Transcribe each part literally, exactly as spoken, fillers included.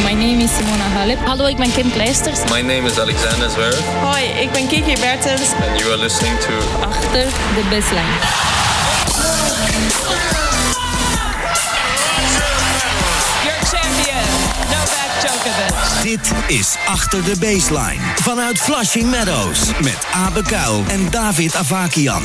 My name is Simona Halep. Hallo, ik ben Kim Kleisters. My name is Alexander Zverev. Hoi, ik ben Kiki Bertens. And you are listening to Achter de baseline. Your champion, Novak Djokovic. Dit is Achter de Baseline. Vanuit Flushing Meadows. Met Abe Kuil en David Avakian.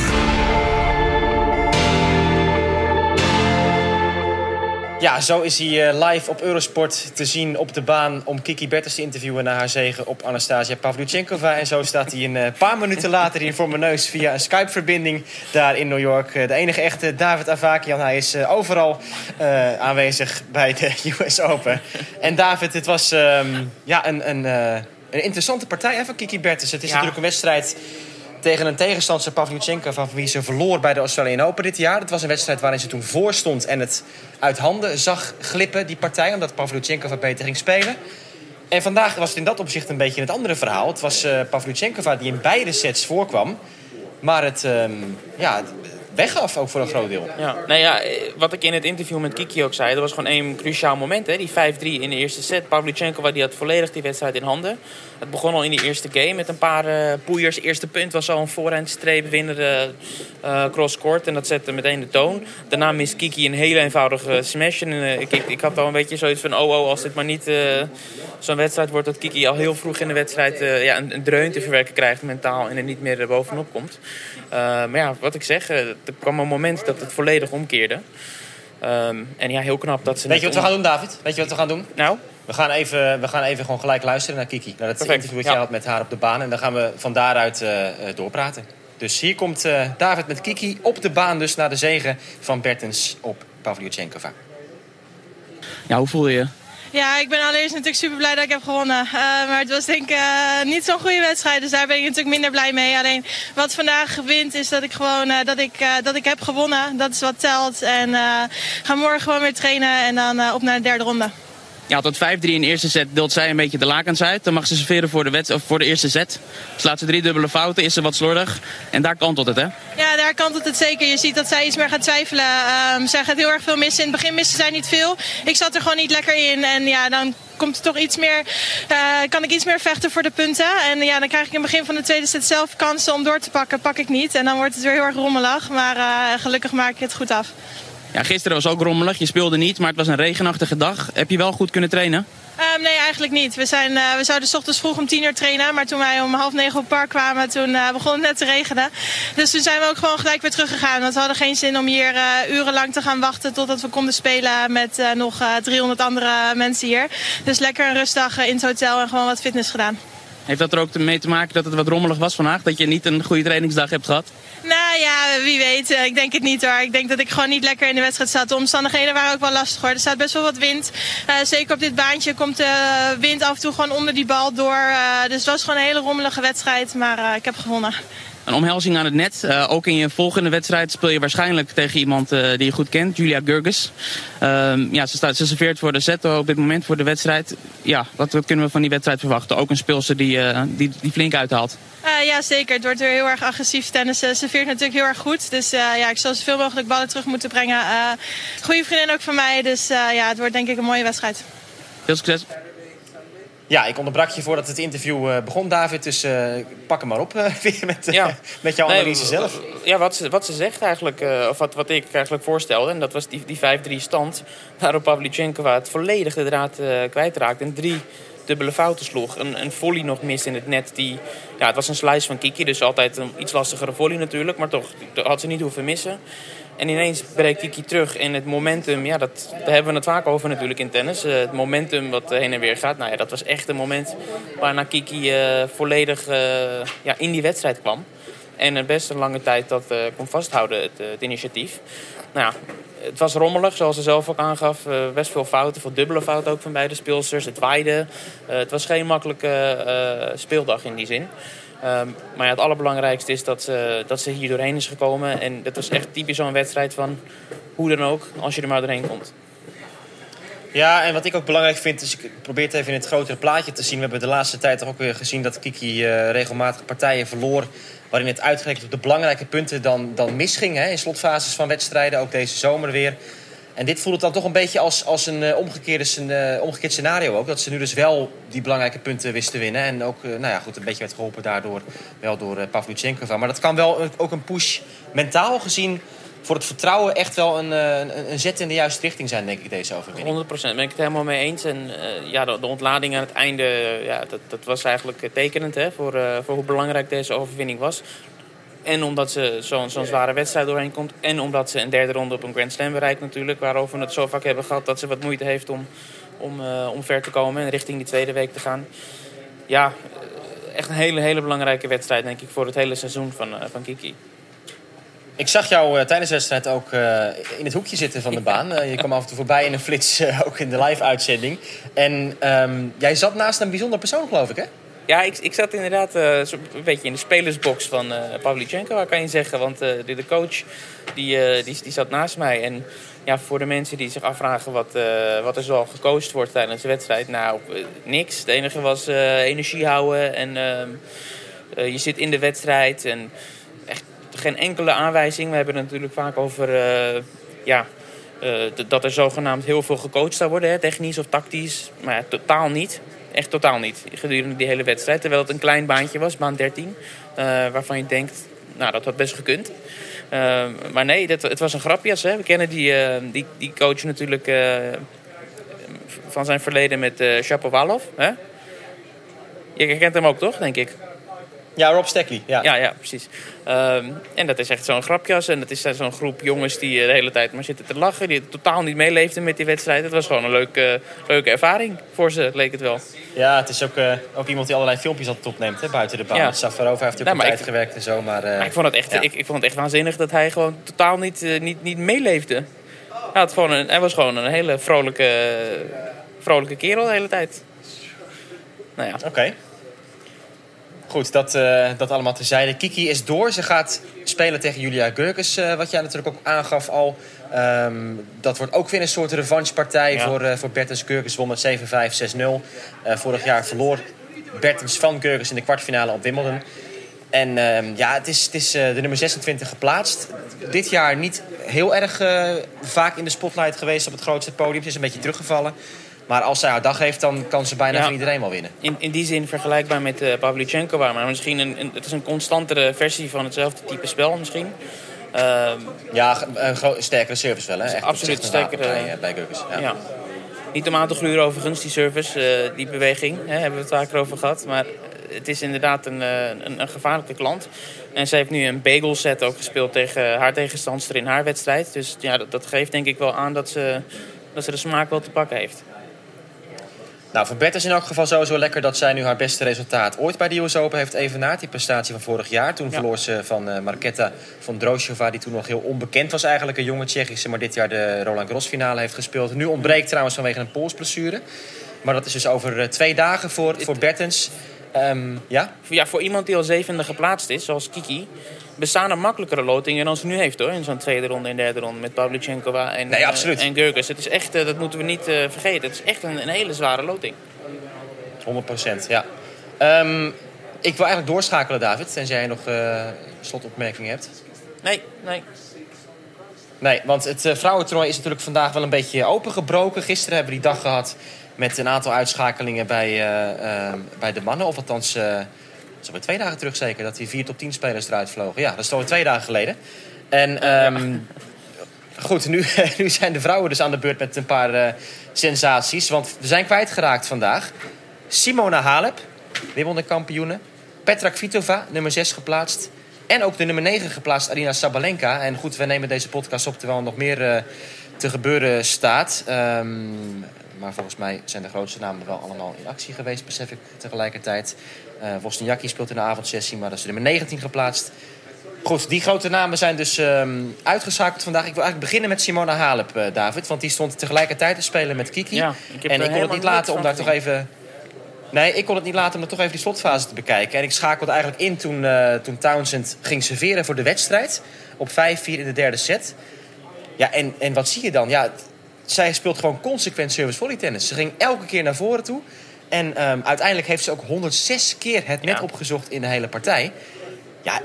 Ja, zo is hij uh, live op Eurosport te zien op de baan om Kiki Bertens te interviewen na haar zege op Anastasia Pavlyuchenkova. En zo staat hij een uh, paar minuten later hier voor mijn neus via een Skype-verbinding daar in New York. Uh, de enige echte David Avakian. Hij is uh, overal uh, aanwezig bij de U S Open. En David, het was um, ja, een, een, uh, een interessante partij hè, van Kiki Bertens. Het is ja. natuurlijk een wedstrijd tegen een tegenstander, Pavlyuchenkova, van wie ze verloor bij de Australian Open dit jaar. Het was een wedstrijd waarin ze toen voor stond en het uit handen zag glippen, die partij, omdat Pavlyuchenkova beter ging spelen. En vandaag was het in dat opzicht een beetje het andere verhaal. Het was uh, Pavlyuchenkova die in beide sets voorkwam, maar het um, ja, weggaf ook voor een groot deel. Ja, nou ja, wat ik in het interview met Kiki ook zei, dat was gewoon één cruciaal moment. Hè? Die vijf drie in de eerste set. Pavlyuchenkova die had volledig die wedstrijd in handen. Het begon al in die eerste game met een paar uh, poeiers. Eerste punt was al een voorhandstreep winnende uh, crosscourt. En dat zette meteen de toon. Daarna mist Kiki een hele eenvoudige smash. En, uh, ik, ik, ik had al een beetje zoiets van, oh oh, als dit maar niet uh, zo'n wedstrijd wordt, dat Kiki al heel vroeg in de wedstrijd uh, ja, een, een dreun te verwerken krijgt mentaal en er niet meer uh, bovenop komt. Uh, maar ja, wat ik zeg, uh, er kwam een moment dat het volledig omkeerde. Um, en ja, heel knap dat ze... Weet je wat we gaan doen, David? Weet je wat we gaan doen? Nou? We gaan even, we gaan even gewoon gelijk luisteren naar Kiki. Naar het Perfect. interview dat jij ja. had met haar op de baan. En dan gaan we van daaruit uh, doorpraten. Dus hier komt uh, David met Kiki op de baan dus naar de zege van Bertens op Pavlyuchenkova. Ja, hoe voel je je? Ja, ik ben allereerst natuurlijk super blij dat ik heb gewonnen. Uh, maar het was denk ik uh, niet zo'n goede wedstrijd. Dus daar ben ik natuurlijk minder blij mee. Alleen wat vandaag wint is dat ik gewoon uh, dat ik, uh, dat ik heb gewonnen. Dat is wat telt. En uh, ga morgen gewoon weer trainen en dan uh, op naar de derde ronde. Ja, tot vijf drie in de eerste set deelt zij een beetje de lakens uit. Dan mag ze serveren voor de, wet, of voor de eerste set. Slaat ze drie dubbele fouten, is ze wat slordig. En daar kantelt het, hè? Ja, daar kantelt het zeker. Je ziet dat zij iets meer gaat twijfelen. Um, zij gaat heel erg veel missen. In het begin miste zij niet veel. Ik zat er gewoon niet lekker in. En ja, dan komt er toch iets meer, uh, kan ik iets meer vechten voor de punten. En ja, dan krijg ik in het begin van de tweede set zelf kansen om door te pakken. Pak ik niet. En dan wordt het weer heel erg rommelig. Maar uh, gelukkig maak ik het goed af. Ja, gisteren was ook rommelig. Je speelde niet, maar het was een regenachtige dag. Heb je wel goed kunnen trainen? Um, nee, eigenlijk niet. We, zijn, uh, we zouden 's ochtends vroeg om tien uur trainen. Maar toen wij om half negen op het park kwamen, toen uh, begon het net te regenen. Dus toen zijn we ook gewoon gelijk weer teruggegaan. Want we hadden geen zin om hier uh, urenlang te gaan wachten totdat we konden spelen met uh, nog uh, driehonderd andere mensen hier. Dus lekker een rustdag uh, in het hotel en gewoon wat fitness gedaan. Heeft dat er ook mee te maken dat het wat rommelig was vandaag? Dat je niet een goede trainingsdag hebt gehad? Nou ja, wie weet. Ik denk het niet hoor. Ik denk dat ik gewoon niet lekker in de wedstrijd zat. De omstandigheden waren ook wel lastig hoor. Er staat best wel wat wind. Uh, zeker op dit baantje komt de wind af en toe gewoon onder die bal door. Uh, dus het was gewoon een hele rommelige wedstrijd. Maar uh, ik heb gewonnen. Een omhelzing aan het net. Uh, ook in je volgende wedstrijd speel je waarschijnlijk tegen iemand uh, die je goed kent. Julia Görges. Uh, ja, ze, staat, ze serveert voor de set op dit moment voor de wedstrijd. Ja, wat, wat kunnen we van die wedstrijd verwachten? Ook een speelster die, uh, die, die flink uithaalt. Uh, ja, zeker. Het wordt weer heel erg agressief tennissen. Ze veert natuurlijk heel erg goed. Dus uh, ja, ik zal zoveel mogelijk ballen terug moeten brengen. Uh, goede vriendin ook van mij. Dus uh, ja, het wordt denk ik een mooie wedstrijd. Veel succes. Ja, ik onderbrak je voordat het interview uh, begon, David. Dus uh, pak hem maar op uh, weer met, uh, ja. met jouw analyse nee, zelf. Ja, wat ze, wat ze zegt eigenlijk, uh, of wat, wat ik eigenlijk voorstelde... en dat was die, die vijf drie stand... waarop Pavlyuchenkova het volledig de draad uh, kwijtraakte... en drie dubbele fouten sloeg. Een, een volley nog mist in het net. Die, ja, het was een slice van Kiki, dus altijd een iets lastigere volley natuurlijk... maar toch had ze niet hoeven missen... En ineens breekt Kiki terug en het momentum, ja, dat, daar hebben we het vaak over natuurlijk in tennis. Uh, het momentum wat heen en weer gaat, nou ja, dat was echt een moment waarna Kiki uh, volledig uh, ja, in die wedstrijd kwam. En uh, best een lange tijd dat uh, kon vasthouden, het, uh, het initiatief. Nou ja, het was rommelig, zoals ze zelf ook aangaf. Uh, best veel fouten, veel dubbele fouten ook van beide speelsters. Het waaide. Uh, het was geen makkelijke uh, speeldag in die zin. Um, maar ja, het allerbelangrijkste is dat ze, dat ze hier doorheen is gekomen. En dat was echt typisch zo'n wedstrijd van hoe dan ook, als je er maar doorheen komt. Ja, en wat ik ook belangrijk vind, is ik probeer het even in het grotere plaatje te zien. We hebben de laatste tijd toch ook weer gezien dat Kiki uh, regelmatig partijen verloor... waarin het uitgerekend op de belangrijke punten dan, dan misging. Hè, in slotfases van wedstrijden, ook deze zomer weer. En dit voelt het dan toch een beetje als, als een uh, omgekeerde, uh, omgekeerd scenario ook. Dat ze nu dus wel die belangrijke punten wisten te winnen. En ook, uh, nou ja, goed, een beetje werd geholpen daardoor wel door uh, Pavlyuchenkova. Maar dat kan wel uh, ook een push mentaal gezien voor het vertrouwen echt wel een, uh, een, een zet in de juiste richting zijn, denk ik, deze overwinning. honderd procent ben ik het helemaal mee eens. En uh, ja, de, de ontlading aan het einde, uh, ja, dat, dat was eigenlijk tekenend hè, voor, uh, voor hoe belangrijk deze overwinning was. En omdat ze zo'n zo'n zware wedstrijd doorheen komt. En omdat ze een derde ronde op een Grand Slam bereikt natuurlijk. Waarover we het zo vaak hebben gehad dat ze wat moeite heeft om, om, uh, om ver te komen. En richting die tweede week te gaan. Ja, echt een hele, hele belangrijke wedstrijd denk ik voor het hele seizoen van, uh, van Kiki. Ik zag jou uh, tijdens de wedstrijd ook uh, in het hoekje zitten van de baan. Uh, je kwam af en toe voorbij in een flits, uh, ook in de live-uitzending. En um, jij zat naast een bijzonder persoon, geloof ik, hè? Ja, ik, ik zat inderdaad uh, een beetje in de spelersbox van uh, Pavlyuchenkova, kan je zeggen. Want uh, de, de coach die, uh, die, die zat naast mij. En ja, voor de mensen die zich afvragen wat, uh, wat er zo gecoacht wordt tijdens de wedstrijd. Nou, uh, niks. Het enige was uh, energie houden. En uh, uh, je zit in de wedstrijd. En echt geen enkele aanwijzing. We hebben het natuurlijk vaak over uh, ja, uh, dat er zogenaamd heel veel gecoacht zou worden. Hè, technisch of tactisch. Maar ja, totaal niet. Echt totaal niet, gedurende die hele wedstrijd. Terwijl het een klein baantje was, baan dertien. Uh, waarvan je denkt, nou, dat had best gekund. Uh, maar nee, dat, het was een grapjas. Hè. We kennen die, uh, die, die coach natuurlijk uh, van zijn verleden met uh, Shapovalov. Hè? Je kent hem ook, toch, denk ik? Ja, Rob Stackley. Ja, ja, ja precies. Um, en dat is echt zo'n grapjas. En dat is zo'n groep jongens die de hele tijd maar zitten te lachen. Die totaal niet meeleefden met die wedstrijd. Het was gewoon een leuke, leuke ervaring voor ze, leek het wel. Ja, het is ook, uh, ook iemand die allerlei filmpjes altijd opneemt hè, buiten de baan. Ja. Safarova heeft ook nou, een tijd ik, gewerkt en zo. Maar, uh, maar ik, vond het echt, ja. ik, ik vond het echt waanzinnig dat hij gewoon totaal niet, uh, niet, niet meeleefde. Hij, had gewoon een, hij was gewoon een hele vrolijke, vrolijke kerel de hele tijd. Nou ja. Oké. Okay. Goed, dat, uh, dat allemaal terzijde. Kiki is door. Ze gaat spelen tegen Julia Görges, uh, wat jij natuurlijk ook aangaf al. Um, dat wordt ook weer een soort revanchepartij ja. voor, uh, voor Bertens. Görges won met zeven vijf, zes nul. Uh, vorig jaar verloor Bertens van Görges in de kwartfinale op Wimbledon. En uh, ja, het is, het is uh, de nummer zesentwintig geplaatst. Dit jaar niet heel erg uh, vaak in de spotlight geweest op het grootste podium. Ze is een beetje teruggevallen. Maar als zij haar dag heeft, dan kan ze bijna ja. van iedereen wel winnen. In, in die zin vergelijkbaar met uh, Pavlyuchenkova. Maar misschien een, een, het is een constantere versie van hetzelfde type spel misschien. Uh, ja, een gro- sterkere service wel. Hè? Echt absoluut sterkere. Bij, bij Görges. Ja. Ja. Niet om aan te gluren overigens, die service, uh, die beweging. Hè, hebben we het vaker over gehad. Maar het is inderdaad een, een, een gevaarlijke klant. En ze heeft nu een bagel set ook gespeeld tegen haar tegenstandster in haar wedstrijd. Dus ja, dat, dat geeft denk ik wel aan dat ze, dat ze de smaak wel te pakken heeft. Nou, voor Bertens in elk geval sowieso lekker dat zij nu haar beste resultaat ooit bij de U S Open heeft evenaard. Die prestatie van vorig jaar. Toen ja. verloor ze van uh, Marketa Vondrousova, die toen nog heel onbekend was eigenlijk. Een jonge Tsjechische, maar dit jaar de Roland Garros finale heeft gespeeld. Nu ontbreekt trouwens vanwege een polsblessure. Maar dat is dus over uh, twee dagen voor, voor Bertens. Um, ja? Ja, voor iemand die al zevende geplaatst is, zoals Kiki, bestaan er makkelijkere lotingen dan ze nu heeft hoor. In zo'n tweede ronde en derde ronde met Pavlyuchenkova en, nee, absoluut. uh, en Görges. Het is echt, uh, dat moeten we niet uh, vergeten. Het is echt een, een hele zware loting. honderd procent, ja. Um, ik wil eigenlijk doorschakelen, David, tenzij jij nog uh, slotopmerkingen hebt. Nee, nee. Nee, want het uh, vrouwentoernooi is natuurlijk vandaag wel een beetje opengebroken. Gisteren hebben we die dag gehad met een aantal uitschakelingen bij, uh, uh, bij de mannen. Of althans, uh, dat is alweer twee dagen terug zeker, dat die vier top tien spelers eruit vlogen. Ja, dat is alweer twee dagen geleden. En um, ja. goed, nu, nu zijn de vrouwen dus aan de beurt met een paar uh, sensaties. Want we zijn kwijtgeraakt vandaag. Simona Halep, Wimbledon kampioene. Petra Kvitova, nummer zes geplaatst. En ook de nummer negen geplaatst, Aryna Sabalenka. En goed, we nemen deze podcast op terwijl er nog meer uh, te gebeuren staat. Um, maar volgens mij zijn de grootste namen wel allemaal in actie geweest, besef ik tegelijkertijd. Uh, Wozniacki speelt in de avondsessie, maar dat is de nummer negentien geplaatst. Goed, die grote namen zijn dus um, uitgeschakeld vandaag. Ik wil eigenlijk beginnen met Simona Halep, uh, David. Want die stond tegelijkertijd te spelen met Kiki. Ja, ik heb en ik kon het niet laten om daar toch even... Nee, ik kon het niet laten om er toch even die slotfase te bekijken. En ik schakelde eigenlijk in toen, uh, toen Townsend ging serveren voor de wedstrijd. Op vijf vier in de derde set. Ja, en, en wat zie je dan? Ja, zij speelt gewoon consequent service volley tennis. Ze ging elke keer naar voren toe. En um, uiteindelijk heeft ze ook honderdzes keer het net ja. opgezocht in de hele partij. Ja,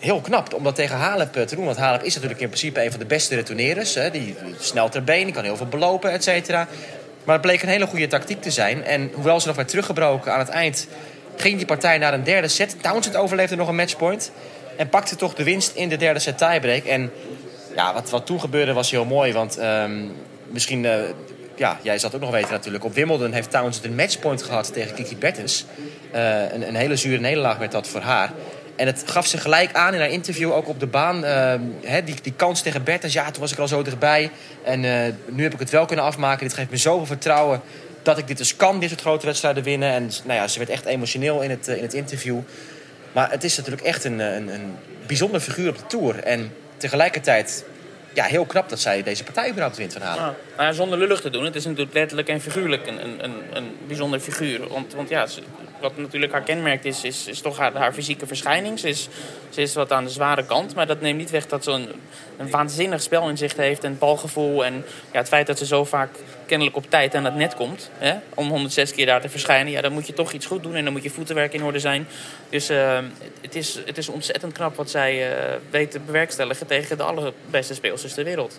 heel knap om dat tegen Halep te doen. Want Halep is natuurlijk in principe een van de beste retourneerders. Hè. Die snel ter been, die kan heel veel belopen, et cetera. Maar het bleek een hele goede tactiek te zijn. En hoewel ze nog werd teruggebroken aan het eind, ging die partij naar een derde set. Townsend overleefde nog een matchpoint. En pakte toch de winst in de derde set tiebreak. En ja, wat, wat toen gebeurde was heel mooi. Want um, misschien, uh, ja, jij zal het ook nog weten natuurlijk. Op Wimbledon heeft Townsend een matchpoint gehad tegen Kiki Bertens. Uh, een, een hele zure nederlaag werd dat voor haar. En het gaf ze gelijk aan in haar interview, ook op de baan. Uh, he, die, die kans tegen Bertens, ja, toen was ik al zo dichtbij. En uh, nu heb ik het wel kunnen afmaken. Dit geeft me zoveel vertrouwen dat ik dit dus kan, dit soort grote wedstrijden winnen. En nou ja, ze werd echt emotioneel in het, uh, in het interview. Maar het is natuurlijk echt een, een, een bijzonder figuur op de Tour. En tegelijkertijd, ja, heel knap dat zij deze partij überhaupt wint van Halep. Nou, nou, zonder lullig te doen, het is natuurlijk letterlijk en figuurlijk een, een, een, een bijzonder figuur. Want, want ja, ze, wat natuurlijk haar kenmerkt is, is, is toch haar, haar fysieke verschijning. Ze is, ze is wat aan de zware kant, maar dat neemt niet weg dat ze een, een waanzinnig spelinzicht heeft en balgevoel. En ja, het feit dat ze zo vaak kennelijk op tijd aan het net komt, hè, om honderdzes keer daar te verschijnen, ja, dan moet je toch iets goed doen en dan moet je voetenwerk in orde zijn. Dus uh, het, is, het is ontzettend knap wat zij uh, weet te bewerkstelligen tegen de allerbeste speelsters ter wereld.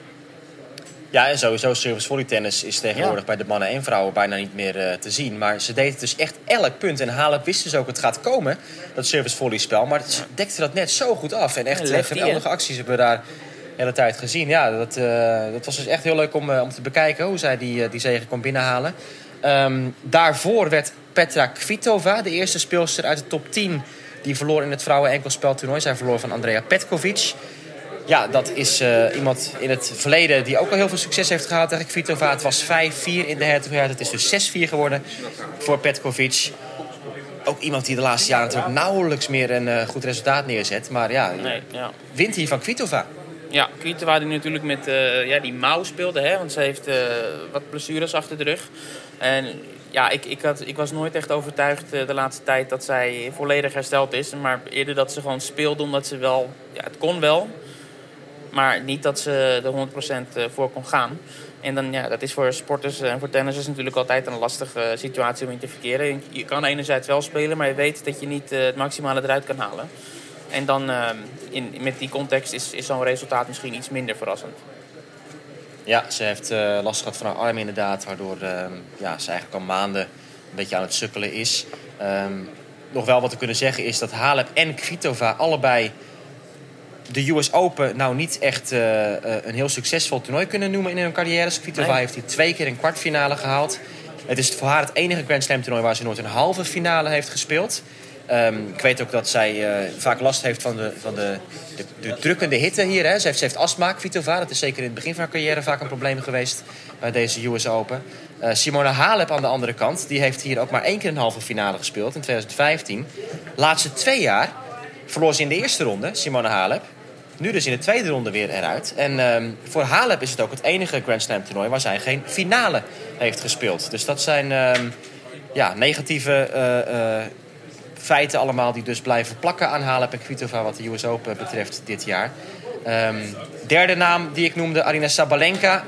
Ja, en sowieso service volley tennis is tegenwoordig ja. bij de mannen en vrouwen bijna niet meer uh, te zien. Maar ze deed het dus echt elk punt. En Halep wist dus ook, het gaat komen, dat service volley spel. Maar ze dekte dat net zo goed af. En echt lefty, geweldige hè? acties hebben we daar de hele tijd gezien. Ja, dat, uh, dat was dus echt heel leuk om, uh, om te bekijken hoe zij die, uh, die zege kon binnenhalen. Um, daarvoor werd Petra Kvitova, de eerste speelster uit de top tien... die verloor in het vrouwen-enkelspeltoernooi. Zij verloor van Andrea Petkovic. Ja, dat is uh, iemand in het verleden die ook al heel veel succes heeft gehad tegen Kvitova. Het was vijf vier in de head-to-head. Het is dus zes vier geworden voor Petkovic. Ook iemand die de laatste jaren natuurlijk nauwelijks meer een uh, goed resultaat neerzet. Maar ja, Nee, ja. wint hier van Kvitova. Ja, Kvitova die natuurlijk met uh, ja, die mouw speelde, hè, want ze heeft uh, wat blessures achter de rug. En ja, ik, ik, had, ik was nooit echt overtuigd uh, de laatste tijd dat zij volledig hersteld is. Maar eerder dat ze gewoon speelde omdat ze wel, ja, het kon wel. Maar niet dat ze er honderd procent voor kon gaan. En dan, ja, dat is voor sporters en voor tennissers natuurlijk altijd een lastige situatie om in te verkeren. Je kan enerzijds wel spelen, maar je weet dat je niet het maximale eruit kan halen. En dan uh, in, met die context is, is zo'n resultaat misschien iets minder verrassend. Ja, ze heeft uh, last gehad van haar arm inderdaad. Waardoor uh, ja, ze eigenlijk al maanden een beetje aan het sukkelen is. Um, nog wel wat we kunnen zeggen is dat Halep en Kvitova allebei de U S Open nou niet echt uh, uh, een heel succesvol toernooi kunnen noemen in hun carrières. Kvitova nee. heeft hier twee keer een kwartfinale gehaald. Het is voor haar het enige Grand Slam toernooi waar ze nooit een halve finale heeft gespeeld. Um, ik weet ook dat zij uh, vaak last heeft van de, van de, de, de drukkende hitte hier. Hè. Ze, heeft, ze heeft astma, Kvitova. Dat is zeker in het begin van haar carrière vaak een probleem geweest bij deze U S Open. Uh, Simona Halep aan de andere kant, die heeft hier ook maar één keer een halve finale gespeeld in twintig vijftien. Laatste twee jaar verloor ze in de eerste ronde, Simona Halep. Nu dus in de tweede ronde weer eruit. En um, voor Halep is het ook het enige Grand Slam toernooi waar zij geen finale heeft gespeeld. Dus dat zijn um, ja, negatieve uh, uh, feiten allemaal die dus blijven plakken aan Halep en Kvitova wat de U S Open betreft dit jaar. Um, derde naam die ik noemde, Aryna Sabalenka.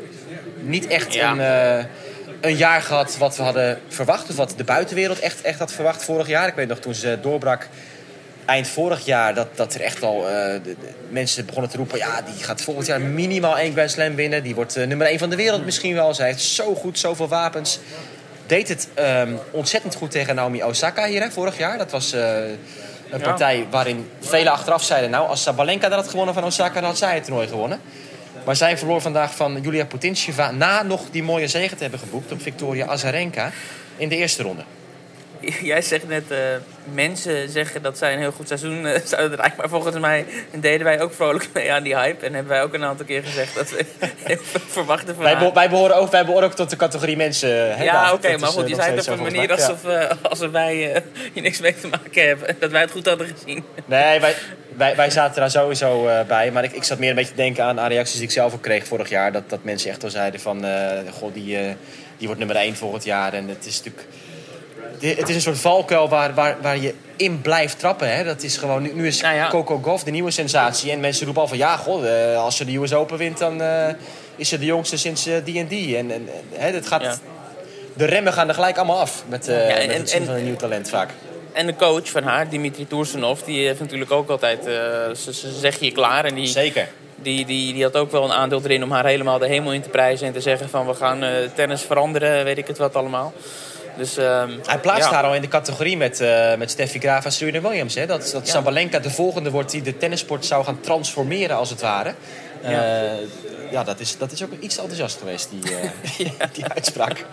Niet echt ja. een, uh, een jaar gehad wat we hadden verwacht. Of wat de buitenwereld echt, echt had verwacht vorig jaar. Ik weet nog toen ze doorbrak eind vorig jaar, dat, dat er echt al uh, de, de mensen begonnen te roepen, ja, die gaat volgend jaar minimaal één Grand Slam winnen. Die wordt uh, nummer één van de wereld misschien wel. Zij heeft zo goed, zoveel wapens. Deed het um, ontzettend goed tegen Naomi Osaka hier, hè, vorig jaar. Dat was uh, een partij ja. waarin velen achteraf zeiden, nou, als Sabalenka dat had gewonnen van Osaka, dan had zij het toernooi gewonnen. Maar zij verloor vandaag van Julia Putintseva na nog die mooie zege te hebben geboekt op Victoria Azarenka in de eerste ronde. Jij zegt net, uh, mensen zeggen dat zij een heel goed seizoen uh, zouden draaien. Maar volgens mij deden wij ook vrolijk mee aan die hype. En hebben wij ook een aantal keer gezegd dat we heel veel verwachten van wij, haar. Wij behoren ook, wij behoren ook tot de categorie mensen. Hè, ja, oké, okay, maar is, goed, je zei het op een manier alsof, uh, alsof wij uh, hier niks mee te maken hebben. Dat wij het goed hadden gezien. Nee, wij, wij, wij zaten daar sowieso uh, bij. Maar ik, ik zat meer een beetje te denken aan, aan reacties die ik zelf ook kreeg vorig jaar. Dat, dat mensen echt wel zeiden van, uh, goh, die, uh, die wordt nummer één volgend jaar. En het is natuurlijk... Het is een soort valkuil waar, waar, waar je in blijft trappen. Hè? Dat is gewoon, nu, nu is nou ja. Coco Gauff de nieuwe sensatie. En mensen roepen al van, ja, god, uh, als ze de U S Open wint, dan uh, is ze de jongste sinds uh, die en die. En, en hè, dat gaat, ja. De remmen gaan er gelijk allemaal af met, uh, ja, en, met het zien en, van een nieuw talent vaak. En de coach van haar, Dimitri Tursunov, die heeft natuurlijk ook altijd... Uh, ze, ze zegt je klaar. En die, Zeker. Die, die, die had ook wel een aandeel erin om haar helemaal de hemel in te prijzen. En te zeggen van we gaan uh, tennis veranderen, weet ik het wat allemaal. Dus, um, Hij plaatst ja. haar al in de categorie met, uh, met Steffi Graf en Serena Williams. Hè? Dat, dat Ja. Sabalenka de volgende wordt die de tennissport zou gaan transformeren, als het ware. Ja, uh, ja dat, is, dat is ook iets enthousiast geweest, die, uh, ja. die uitspraak.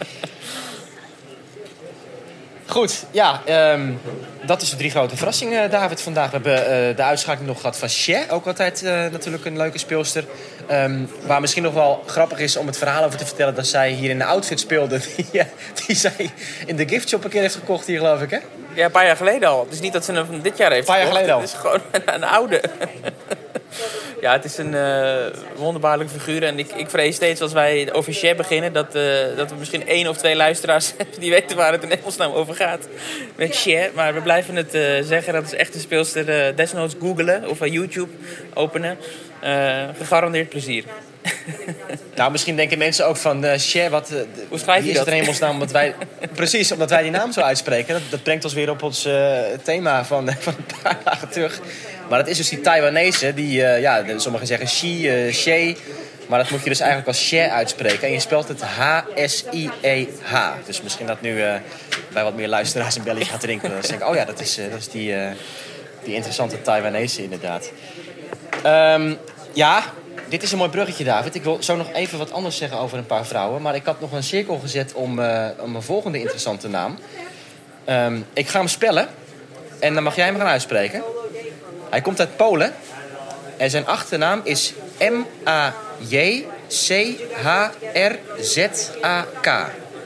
Goed, ja, um, dat is de drie grote verrassingen, David, vandaag. We hebben uh, de uitschakeling nog gehad van Cher, ook altijd uh, natuurlijk een leuke speelster. Um, waar misschien nog wel grappig is om het verhaal over te vertellen... dat zij hier in een outfit speelde die, die zij in de giftshop een keer heeft gekocht hier, geloof ik, hè? Ja, een paar jaar geleden al. Het is niet dat ze hem dit jaar heeft Een paar jaar gekocht. geleden al. Het is gewoon een, een oude. Ja, het is een uh, wonderbaarlijke figuur. En ik, ik vrees steeds als wij over Cher beginnen... Dat, uh, dat we misschien één of twee luisteraars hebben... die weten waar het in hemelsnaam over gaat. Met Cher. Maar we blijven het uh, zeggen. Dat is echt een speelster. Uh, desnoods googlen of uh, YouTube openen. Uh, gegarandeerd plezier. Nou, misschien denken mensen ook van uh, Cher, wat... Uh, Hoe schrijf je is dat? het in hemelsnaam? Omdat wij, precies, omdat wij die naam zo uitspreken. Dat, dat brengt ons weer op ons uh, thema van, van een paar dagen terug. Maar dat is dus die Taiwanese, die, uh, ja, sommigen zeggen Xi, uh, Xie. Maar dat moet je dus eigenlijk als Cher uitspreken. En je spelt het H S I E H. Dus misschien dat nu uh, bij wat meer luisteraars in België gaat drinken. Dan denk ik, oh ja, dat is, uh, dat is die, uh, die interessante Taiwanese inderdaad. Um, ja... Dit is een mooi bruggetje, David. Ik wil zo nog even wat anders zeggen over een paar vrouwen. Maar ik had nog een cirkel gezet om, uh, om een volgende interessante naam. Um, ik ga hem spellen. En dan mag jij hem gaan uitspreken. Hij komt uit Polen. En zijn achternaam is M A J C H R Z A K.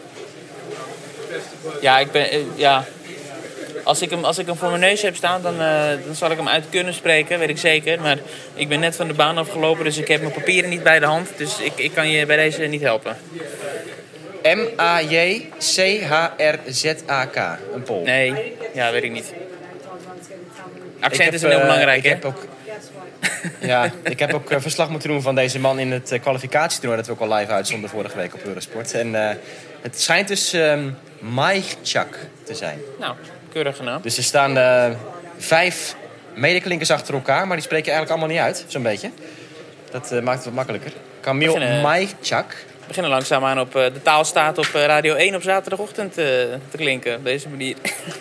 Ja, ik ben... Uh, ja. Als ik, hem, als ik hem voor mijn neus heb staan, dan, uh, dan zal ik hem uit kunnen spreken, weet ik zeker. Maar ik ben net van de baan afgelopen, dus ik heb mijn papieren niet bij de hand. Dus ik, ik kan je bij deze niet helpen. M A J C H R Z A K, een Pool. Nee, ja, weet ik niet. Accent heb, is een heel uh, belangrijk, ik hè? heb ook, ja, ik heb ook uh, verslag moeten doen van deze man in het uh, kwalificatietoernooi... dat we ook al live uitzonden vorige week op Eurosport. En uh, het schijnt dus um, Majchak te zijn. Nou, keurige naam. Dus er staan uh, vijf medeklinkers achter elkaar... maar die spreken eigenlijk allemaal niet uit, zo'n beetje. Dat uh, maakt het wat makkelijker. Camille Beginnen- Majchak. We beginnen langzaamaan op uh, de taal staat op uh, Radio één op zaterdagochtend uh, te klinken. Op deze manier.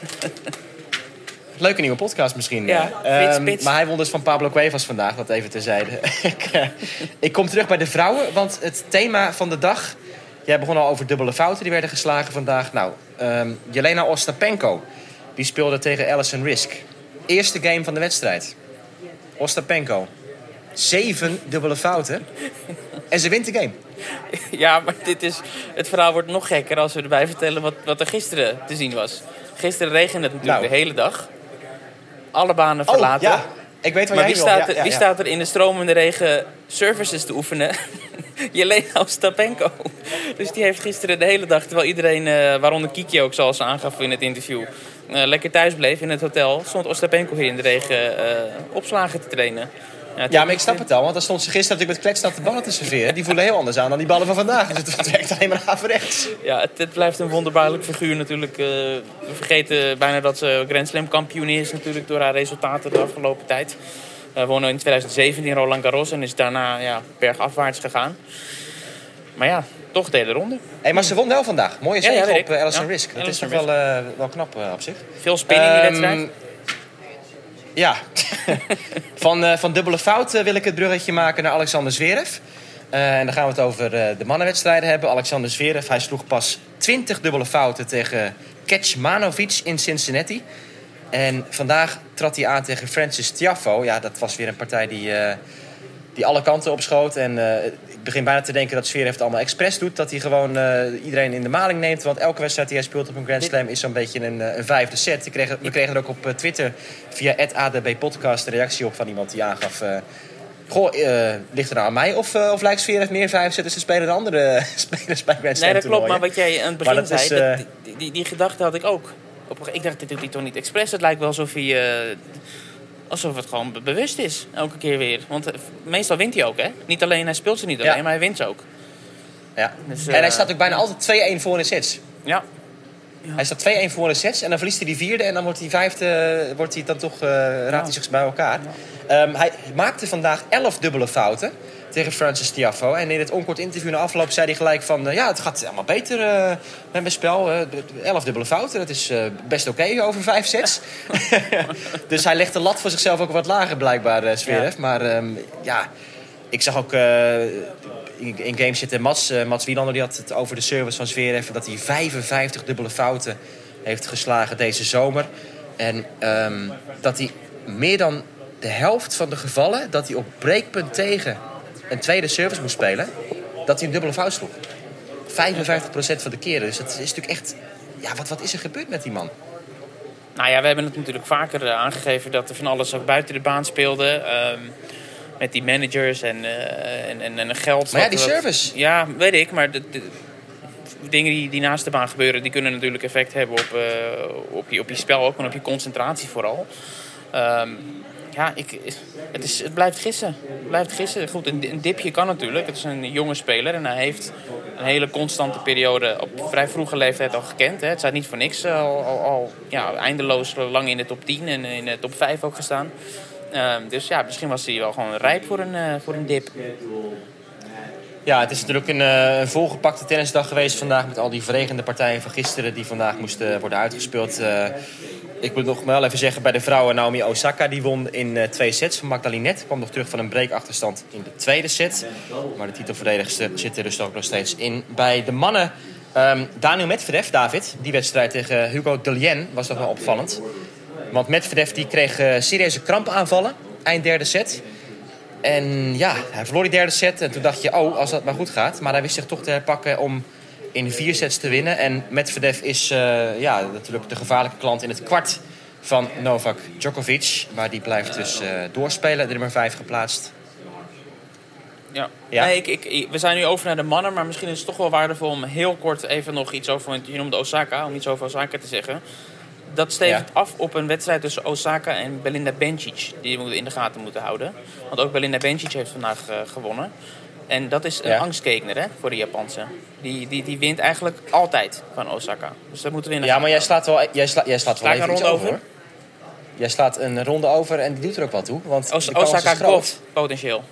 Leuke nieuwe podcast misschien. Ja, uh, Frits um, Spits. Maar hij won dus van Pablo Cuevas vandaag, dat even terzijde. ik, uh, ik kom terug bij de vrouwen, want het thema van de dag... Jij begon al over dubbele fouten, die werden geslagen vandaag. Nou, um, Jelena Ostapenko, die speelde tegen Alison Risk. Eerste game van de wedstrijd. Ostapenko. Zeven dubbele fouten. En ze wint de game. Ja, maar dit is, het verhaal wordt nog gekker als we erbij vertellen wat, wat er gisteren te zien was. Gisteren regende het natuurlijk Nou. de hele dag. Alle banen verlaten. Oh, ja. Ik weet waar Maar jij wie wil. staat, Ja, er, ja, wie ja. staat er in de stromende regen services te oefenen? Jelena Ostapenko. Dus die heeft gisteren de hele dag, terwijl iedereen, uh, waaronder Kiki ook zoals ze aangaf in het interview, uh, lekker thuis bleef in het hotel, stond Ostapenko hier in de regen uh, opslagen te trainen. Ja, Ja, maar ik snap het al, want dan stond ze gisteren natuurlijk met kletsnatte ballen te serveren. Die voelen heel anders aan dan die ballen van vandaag. Dus het, het werkt alleen maar averechts. Ja, het, het blijft een wonderbaarlijk figuur natuurlijk. Uh, we vergeten bijna dat ze Grand Slam kampioen is natuurlijk door haar resultaten de afgelopen tijd. Uh, woonde in twintig zeventien Roland Garros en is daarna ja, bergafwaarts gegaan. Maar ja, toch de hele ronde. Hey, maar ze won wel vandaag. Mooie Ja, ja, zege weet op ik. uh, Alison Ja, Risk. Dat Alison is toch wel, uh, wel knap uh, op zich. Veel spin in die Ehm, wedstrijd. Ja. van, uh, van dubbele fout uh, wil ik het bruggetje maken naar Alexander Zverev. Uh, en dan gaan we het over uh, de mannenwedstrijden hebben. Alexander Zverev, hij sloeg pas twintig dubbele fouten tegen Kecmanovic in Cincinnati. En vandaag trad hij aan tegen Francis Tiafoe. Ja, dat was weer een partij die, uh, die alle kanten opschoot. En uh, ik begin bijna te denken dat Zverev het allemaal expres doet. Dat hij gewoon uh, iedereen in de maling neemt. Want elke wedstrijd die hij speelt op een Grand Slam is zo'n beetje een, uh, een vijfde set. We kregen, we kregen er ook op uh, Twitter via at A D B podcast een reactie op van iemand die aangaf... Uh, Goh, uh, ligt er nou aan mij? Of, uh, of lijkt Zverev meer vijf zetten te spelen dan andere spelers bij Grand Slam Nee, dat klopt. toernooien? Maar wat jij aan het Maar begin dat is, zei, uh, dat, die, die, die gedachte had ik ook. Op, ik dacht, dit doet hij toch niet expres? Het lijkt wel alsof hij... Uh, alsof het gewoon be- bewust is. Elke keer weer. Want uh, meestal wint hij ook, hè? Niet alleen, hij speelt ze niet alleen, Ja. maar hij wint ze ook. Ja. Dus, En hij uh, staat ook bijna altijd twee-een voor in sets. Ja. Ja. Hij staat twee-een voor in sets en dan verliest hij die vierde... en dan wordt die vijfde wordt hij dan toch, uh, raadt hij zich bij elkaar. Ja. Um, hij maakte vandaag elf dubbele fouten tegen Frances Tiafoe. En in het onkort interview na afloop zei hij gelijk van... Uh, ja, het gaat allemaal beter uh, met mijn spel. Uh, elf dubbele fouten, dat is uh, best oké okay over vijf sets. Dus hij legt de lat voor zichzelf ook wat lager blijkbaar, uh, Zverev. Ja. Maar um, ja, ik zag ook... Uh, in, in game zitten Mats, uh, Mats Wielander, die had het over de service van Zverev... dat hij vijfenvijftig dubbele fouten heeft geslagen deze zomer. En um, dat hij meer dan de helft van de gevallen... dat hij op breakpunt tegen een tweede service moest spelen... dat hij een dubbele fout sloeg. vijfenvijftig procent van de keren. Dus dat is natuurlijk echt... Ja, wat, wat is er gebeurd met die man? Nou ja, we hebben het natuurlijk vaker uh, aangegeven... dat er van alles ook buiten de baan speelde... Um, met die managers en, uh, en, en, en geld. Maar ja, die wat, service. Ja, weet ik. Maar de, de dingen die, die naast de baan gebeuren... die kunnen natuurlijk effect hebben op, uh, op, je, op je spel ook... en op je concentratie vooral. Um, ja, ik, het, is, het blijft gissen. Het blijft gissen. Goed, een, een dipje kan natuurlijk. Het is een jonge speler en hij heeft een hele constante periode... op vrij vroege leeftijd al gekend. Hè. Het staat niet voor niks uh, al, al, al ja, eindeloos lang in de top tien... en in de top vijf ook gestaan. Uh, dus ja, misschien was hij wel gewoon rijp voor een, uh, voor een dip. Ja, het is natuurlijk een, uh, een volgepakte tennisdag geweest vandaag... met al die verregende partijen van gisteren die vandaag moesten worden uitgespeeld. Uh, ik moet nog wel even zeggen, bij de vrouwen Naomi Osaka... die won in uh, twee sets van Magdalena Net. Kwam nog terug van een breakachterstand in de tweede set. Maar de titelverdedigster zit er dus ook nog steeds in. Bij de mannen, um, Daniil Medvedev, David... die wedstrijd tegen Hugo Dellien was toch wel opvallend... Want Medvedev die kreeg uh, serieuze krampaanvallen. Eind derde set. En ja, hij verloor die derde set. En toen dacht je, oh, als dat maar goed gaat. Maar hij wist zich toch te herpakken om in vier sets te winnen. En Medvedev is uh, ja, natuurlijk de gevaarlijke klant in het kwart van Novak Djokovic. Maar die blijft dus uh, doorspelen. De nummer vijf geplaatst. Ja, ja? Nee, ik, ik, we zijn nu over naar de mannen. Maar misschien is het toch wel waardevol om heel kort even nog iets over... Je noemde Osaka, om iets over Osaka te zeggen... Dat stevend ja. af op een wedstrijd tussen Osaka en Belinda Bencic. Die we in de gaten moeten houden. Want ook Belinda Bencic heeft vandaag uh, gewonnen. En dat is een ja. angstgekner hè, voor de Japanse. Die, die, die wint eigenlijk altijd van Osaka. Dus dat moeten we in de Ja, maar jij slaat wel, jij sla, jij slaat wel Sla even iets over. over. Jij slaat een ronde over en die doet er ook wat toe. Want Os- Osaka golf, potentieel.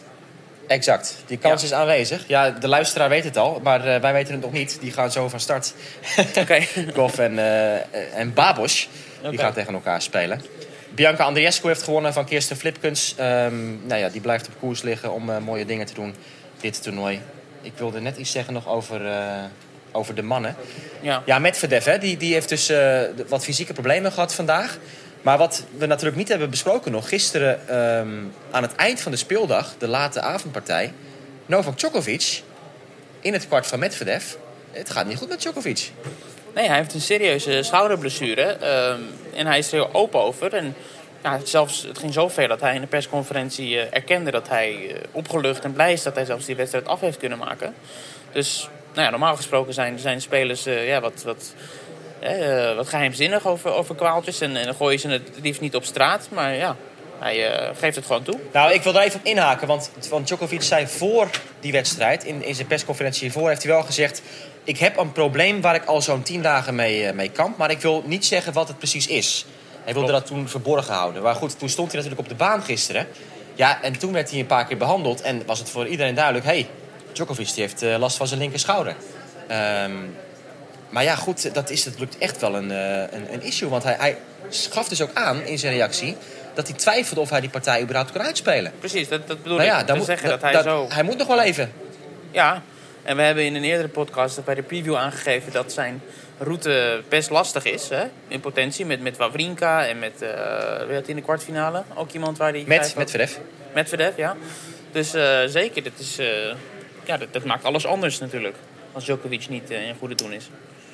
Exact. Die kans ja. is aanwezig. Ja, de luisteraar weet het al, maar uh, wij weten het nog niet. Die gaan zo van start. Okay. Goff en, uh, en Babos, okay. die gaan tegen elkaar spelen. Bianca Andreescu heeft gewonnen van Kirsten Flipkens. Um, nou ja, die blijft op koers liggen om uh, mooie dingen te doen dit toernooi. Ik wilde net iets zeggen nog over, uh, over de mannen. Ja, ja Medvedev, hè, die, die heeft dus uh, wat fysieke problemen gehad vandaag. Maar wat we natuurlijk niet hebben besproken nog... gisteren um, aan het eind van de speeldag, de late avondpartij... Novak Djokovic in het kwart van Medvedev. Het gaat niet goed met Djokovic. Nee, hij heeft een serieuze schouderblessure. Um, en hij is er heel open over. En ja, zelfs, het ging zo ver dat hij in de persconferentie uh, erkende... dat hij uh, opgelucht en blij is dat hij zelfs die wedstrijd af heeft kunnen maken. Dus nou ja, normaal gesproken zijn, zijn spelers uh, ja, wat... wat Uh, wat geheimzinnig over, over kwaaltjes. En, en dan gooien ze het liefst niet op straat. Maar ja, hij uh, geeft het gewoon toe. Nou, ik wil daar even op inhaken. Want, want Djokovic zei voor die wedstrijd... In, in zijn persconferentie hiervoor heeft hij wel gezegd... ik heb een probleem waar ik al zo'n tien dagen mee, uh, mee kamp. Maar ik wil niet zeggen wat het precies is. Hij wilde Klopt. dat toen verborgen houden. Maar goed, toen stond hij natuurlijk op de baan gisteren. Ja, en toen werd hij een paar keer behandeld. En was het voor iedereen duidelijk... hé, hey, Djokovic die heeft uh, last van zijn linker schouder. Um, Maar ja, goed, dat is natuurlijk echt wel een, een, een issue. Want hij, hij gaf dus ook aan in zijn reactie... dat hij twijfelde of hij die partij überhaupt kon uitspelen. Precies, dat, dat bedoel nou ja, ik. Te moet, zeggen dat, dat hij dat, zo... Hij moet nog wel even. Ja, en we hebben in een eerdere podcast bij de preview aangegeven... dat zijn route best lastig is, hè? In potentie. Met, met Wawrinka en met... Uh, wie had in de kwartfinale? Ook iemand waar die... Met Medvedev. Medvedev, ja. Dus uh, zeker, dat, is, uh, ja, dat, dat maakt alles anders natuurlijk. Als Djokovic niet uh, in goede doen is.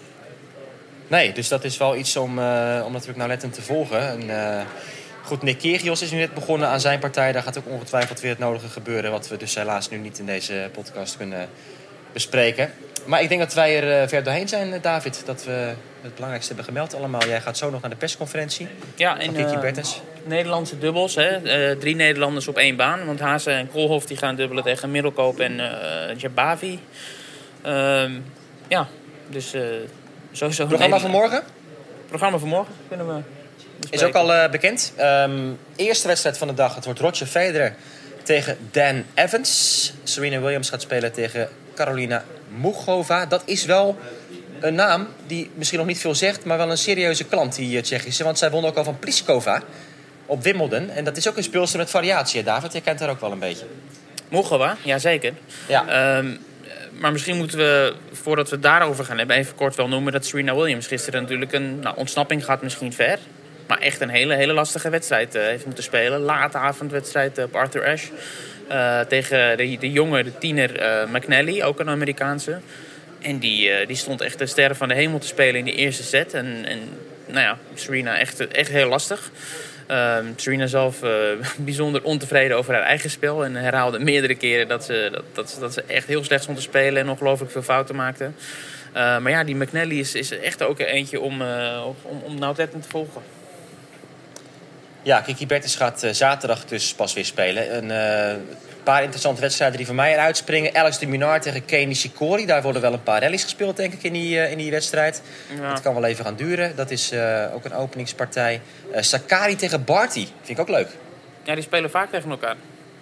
Nee, dus dat is wel iets om, uh, om natuurlijk nauwlettend te volgen. En, uh, goed, Nick Kyrgios is nu net begonnen aan zijn partij. Daar gaat ook ongetwijfeld weer het nodige gebeuren... wat we dus helaas nu niet in deze podcast kunnen bespreken. Maar ik denk dat wij er uh, ver doorheen zijn, David. Dat we het belangrijkste hebben gemeld allemaal. Jij gaat zo nog naar de persconferentie ja, en, van Kiki uh, Bertens. Nederlandse dubbels, hè? Uh, drie Nederlanders op één baan. Want Haase en Koolhof die gaan dubbelen tegen Middelkoop en uh, Jabavi. Uh, ja, dus... Uh, Sowieso Programma nee, van morgen? Programma van morgen kunnen we bespreken. Is ook al uh, bekend. Um, eerste wedstrijd van de dag. Het wordt Roger Federer tegen Dan Evans. Serena Williams gaat spelen tegen Karolina Muchova. Dat is wel een naam die misschien nog niet veel zegt, maar wel een serieuze klant, die Tsjechische. Want zij won ook al van Pliskova op Wimbledon. En dat is ook een speelster met variatie, hè, David? Je kent haar ook wel een beetje. Muchova, ja zeker. Ja. Um, maar misschien moeten we, voordat we het daarover gaan hebben, even kort wel noemen dat Serena Williams gisteren natuurlijk een nou, ontsnapping gaat misschien ver. Maar echt een hele, hele lastige wedstrijd uh, heeft moeten spelen. Late avondwedstrijd op Arthur Ashe. Uh, tegen de, de jonge, de tiener uh, McNally, ook een Amerikaanse. En die, uh, die stond echt de sterren van de hemel te spelen in de eerste set. En, en nou ja, Serena echt, echt heel lastig. Uh, Serena zelf uh, bijzonder ontevreden over haar eigen spel. En herhaalde meerdere keren dat ze, dat, dat, ze, dat ze echt heel slecht stond te spelen. En ongelooflijk veel fouten maakte. Uh, maar ja, die McNally is, is echt ook eentje om, uh, om, om nauwlettend te volgen. Ja, Kiki Bertens gaat uh, zaterdag dus pas weer spelen. Een uh, paar interessante wedstrijden die voor mij eruit springen. Alex de Minaur tegen Kei Nishikori. Daar worden wel een paar rallies gespeeld, denk ik, in die, uh, in die wedstrijd. Ja. Dat kan wel even gaan duren. Dat is uh, ook een openingspartij. Uh, Sakkari tegen Barty. Vind ik ook leuk. Ja, die spelen vaak tegen elkaar.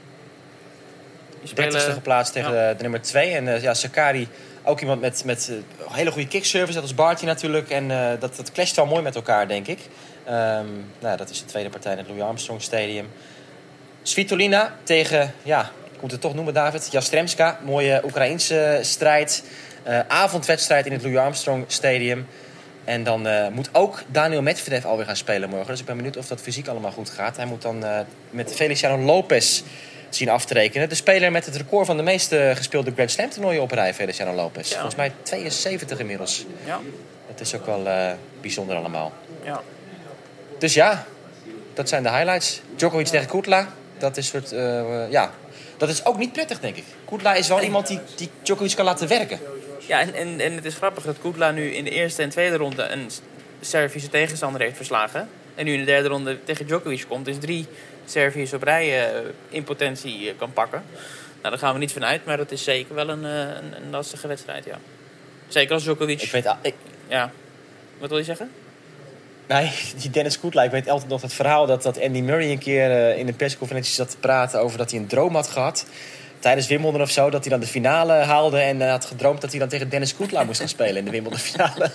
Die spelen... dertigste geplaatst tegen ja. de, de nummer twee. En uh, ja, Sakkari, ook iemand met, met uh, hele goede kickservice. Dat is Barty natuurlijk. En uh, dat, dat clasht wel mooi met elkaar, denk ik. Um, nou, dat is de tweede partij in het Louis Armstrong Stadium. Svitolina tegen, ja, ik moet het toch noemen, David, Jastremska. Mooie Oekraïense strijd. Uh, avondwedstrijd in het Louis Armstrong Stadium. En dan uh, moet ook Daniil Medvedev alweer gaan spelen morgen. Dus ik ben benieuwd of dat fysiek allemaal goed gaat. Hij moet dan uh, met Feliciano Lopez zien af te rekenen. De speler met het record van de meeste gespeelde Grand Slam toernooien op rij, Feliciano Lopez. Ja. Volgens mij tweeënzeventig inmiddels. Ja. Dat is ook wel uh, bijzonder allemaal. Ja. Dus ja, dat zijn de highlights. Djokovic tegen Kudla. Dat is, soort, uh, ja, dat is ook niet prettig, denk ik. Kudla is wel en... iemand die, die Djokovic kan laten werken. Ja, en, en, en het is grappig dat Kudla nu in de eerste en tweede ronde een Servische tegenstander heeft verslagen. En nu in de derde ronde tegen Djokovic komt. Dus drie Serviërs op rij uh, in potentie uh, kan pakken. Nou, daar gaan we niet vanuit, maar dat is zeker wel een, uh, een, een lastige wedstrijd, ja. Zeker als Djokovic... Ik weet... Uh, ik... Ja. Wat wil je zeggen? Nee, die Dennis Kudla, ik weet altijd nog het verhaal dat, dat Andy Murray een keer uh, in een persconferentie zat te praten over dat hij een droom had gehad. Tijdens Wimbledon of zo, dat hij dan de finale haalde en uh, had gedroomd dat hij dan tegen Dennis Kudla moest gaan spelen in de Wimbledon finale.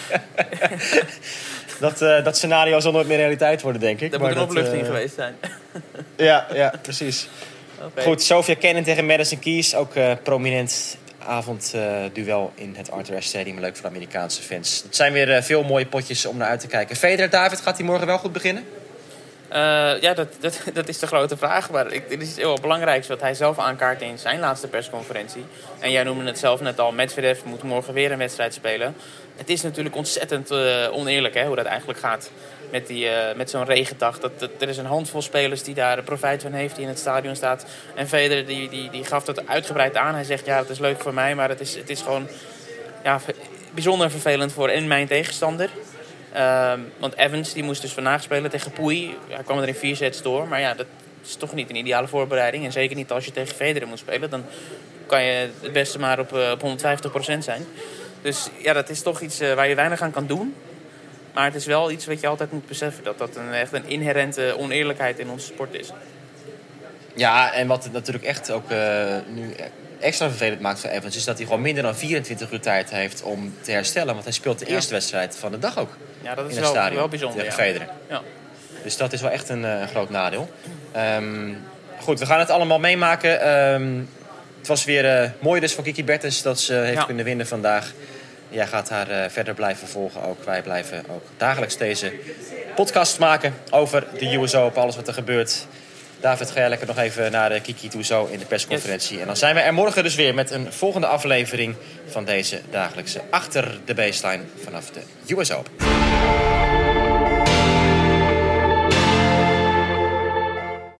dat, uh, dat scenario zal nooit meer realiteit worden, denk ik. Dat maar moet een dat, opluchting uh... geweest zijn. ja, ja, precies. Okay. Goed, Sofia Kenin tegen Madison Keys, ook uh, prominent avondduel uh, in het Arthur Ashe Stadium. Leuk voor de Amerikaanse fans. Het zijn weer uh, veel mooie potjes om naar uit te kijken. Federer, David, gaat hij morgen wel goed beginnen? Uh, ja, dat, dat, dat is de grote vraag. Maar ik, dit is heel belangrijk wat hij zelf aankaart in zijn laatste persconferentie. En jij noemde het zelf net al. Medvedev moet morgen weer een wedstrijd spelen. Het is natuurlijk ontzettend uh, oneerlijk, hè, hoe dat eigenlijk gaat met, die, uh, met zo'n regendag. Dat, dat, er is een handvol spelers die daar profijt van heeft, die in het stadion staat. En Federer die, die, die gaf dat uitgebreid aan. Hij zegt, ja, het is leuk voor mij, maar het is, het is gewoon ja, bijzonder vervelend voor en mijn tegenstander. Uh, want Evans die moest dus vandaag spelen tegen Pouille. Hij kwam er in vier sets door. Maar ja, dat is toch niet een ideale voorbereiding. En zeker niet als je tegen Federer moet spelen. Dan kan je het beste maar op, uh, op honderdvijftig procent zijn. Dus ja, dat is toch iets uh, waar je weinig aan kan doen. Maar het is wel iets wat je altijd moet beseffen. Dat dat een, echt een inherente oneerlijkheid in onze sport is. Ja, en wat het natuurlijk echt ook uh, nu extra vervelend maakt voor Evans... is dat hij gewoon minder dan vierentwintig uur tijd heeft om te herstellen. Want hij speelt de eerste ja. wedstrijd van de dag ook. Ja, dat is in het wel, stadion, wel bijzonder. Tegen Ja. Federer. Ja. Dus dat is wel echt een, een groot nadeel. Um, goed, we gaan het allemaal meemaken. Um, het was weer uh, mooi dus voor Kiki Bertens dat ze heeft ja. kunnen winnen vandaag. Jij gaat haar uh, verder blijven volgen ook. Wij blijven ook dagelijks deze podcast maken over de U S Open. Alles wat er gebeurt. David, ga jij lekker nog even naar de Kiki toe zo in de persconferentie. Yes. En dan zijn we er morgen dus weer met een volgende aflevering van deze dagelijkse Achter de Baseline vanaf de U S Open.